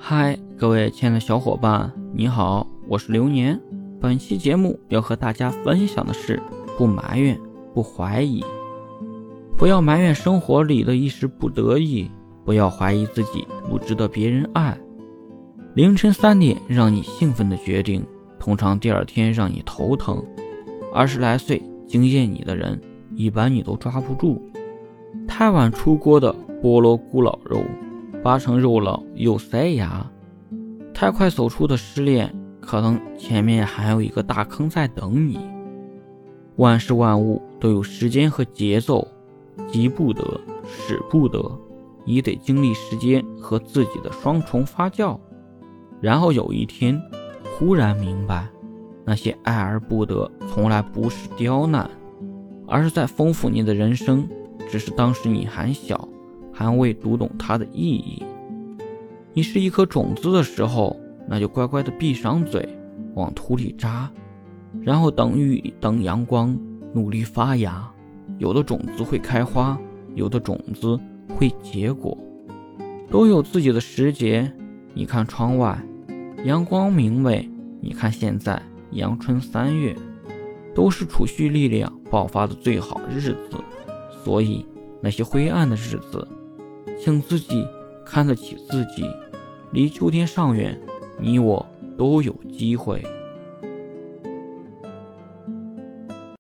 嗨，各位亲爱的小伙伴，你好，我是流年。本期节目要和大家分享的是，不埋怨，不怀疑。不要埋怨生活里的一时不得意，不要怀疑自己不值得别人爱。凌晨3点让你兴奋的决定，通常第二天让你头疼。20来岁惊艳你的人，一般你都抓不住。太晚出锅的菠萝咕老肉，8成肉老又塞牙。太快走出的失恋，可能前面还有一个大坑在等你。万事万物都有时间和节奏，急不得，使不得，你得经历时间和自己的双重发酵，然后有一天忽然明白，那些爱而不得从来不是刁难，而是在丰富你的人生，只是当时你还小，还未读懂它的意义。你是一颗种子的时候，那就乖乖地闭上嘴，往土里扎，然后等雨等阳光，努力发芽。有的种子会开花，有的种子会结果，都有自己的时节。你看窗外阳光明媚，你看现在阳春3月，都是储蓄力量爆发的最好日子。所以那些灰暗的日子，请自己看得起自己。离秋天尚远，你我都有机会。